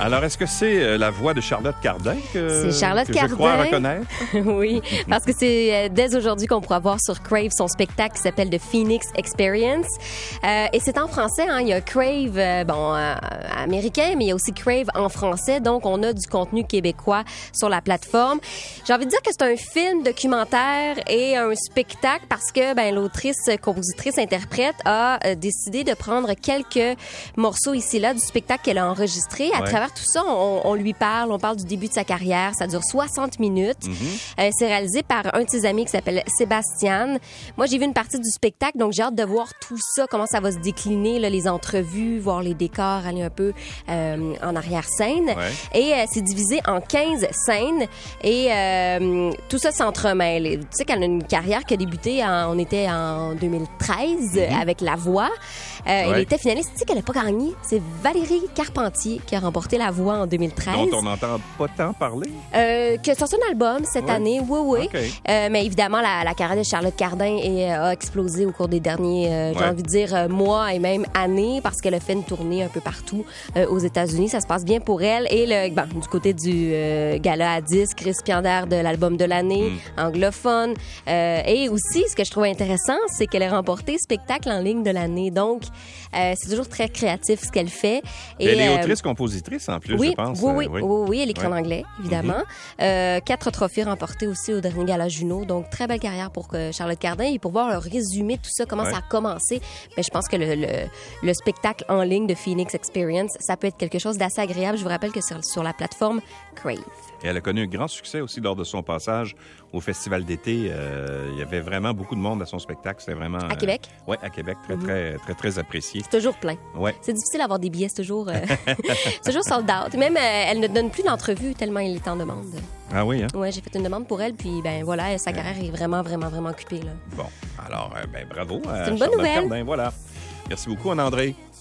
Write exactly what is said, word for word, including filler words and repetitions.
Alors, est-ce que c'est euh, la voix de Charlotte Cardin que, c'est Charlotte que Cardin. je crois reconnaître? Oui, parce que c'est euh, dès aujourd'hui qu'on pourra voir sur Crave son spectacle qui s'appelle The Phoenix Experience. Euh, et c'est en français, hein. Il y a Crave, euh, bon, euh, américain, mais il y a aussi Crave en français. Donc, on a du contenu québécois sur la plateforme. J'ai envie de dire que c'est un film documentaire et un spectacle parce que ben, l'autrice, compositrice, interprète a euh, décidé de prendre quelques morceaux ici-là du spectacle qu'elle a enregistré. À Ouais. travers tout ça, on, on lui parle, on parle du début de sa carrière. Ça dure soixante minutes. Mm-hmm. Euh, c'est réalisé par un de ses amis qui s'appelle Sébastien. Moi, j'ai vu une partie du spectacle, donc j'ai hâte de voir tout ça, comment ça va se décliner, là, les entrevues, voir les décors, aller un peu euh, en arrière-scène. Ouais. Et euh, c'est divisé en quinze scènes et euh, tout ça s'entremêle. Tu sais qu'elle a une carrière qui a débuté, en, on était en deux mille treize mm-hmm. avec La Voix. Euh, ouais. Elle était finaliste. Tu sais qu'elle n'a pas gagné. C'est Valérie Carpentier qui a remporté La Voix en deux mille treize. Dont on n'entend pas tant parler. Euh, que sorti un album cette ouais. année, oui, oui. Okay. Euh, mais évidemment, la, la carrière de Charlotte Cardin est, a explosé au cours des derniers, euh, ouais. j'ai envie de dire, euh, mois et même années parce qu'elle a fait une tournée un peu partout euh, aux États-Unis. Ça se passe bien pour elle. Et le, bon, du côté du euh, gala à disques, récipiendaire de l'album de l'année, mm. anglophone. Euh, et aussi, ce que je trouve intéressant, c'est qu'elle a remporté spectacle en ligne de l'année. Donc, euh, c'est toujours très créatif ce qu'elle fait. Et elle est autrice-compositrice en plus, oui, je pense. Oui, oui, euh, oui. oui, oui, elle écrit ouais. en anglais, évidemment. Mm-hmm. Euh, quatre trophées remportés aussi au dernier gala Juno. Donc, très belle carrière pour euh, Charlotte Cardin. Et pour voir le résumé de tout ça, comment ouais. ça a commencé, ben, je pense que le, le, le spectacle en ligne de Phoenix Experience, ça peut être quelque chose d'assez agréable. Je vous rappelle que c'est sur, sur la plateforme Crave. Et elle a connu un grand succès aussi lors de son passage au Festival d'été. Euh, il y avait vraiment beaucoup de monde à son spectacle. C'était vraiment... À Québec? Euh, oui, à Québec. Très, mm-hmm. très, très, très apprécié. C'est toujours plein. Ouais. C'est difficile d'avoir des billets. C'est toujours, euh, c'est toujours sold out. Même, euh, elle ne donne plus d'entrevue tellement il est en demande. Ah oui, hein? Oui, j'ai fait une demande pour elle. Puis, ben voilà, sa carrière est vraiment, vraiment, vraiment occupée. Là. Bon, alors, euh, ben bravo. C'est une bonne nouvelle. Cardin, voilà. Merci beaucoup, Anne-André.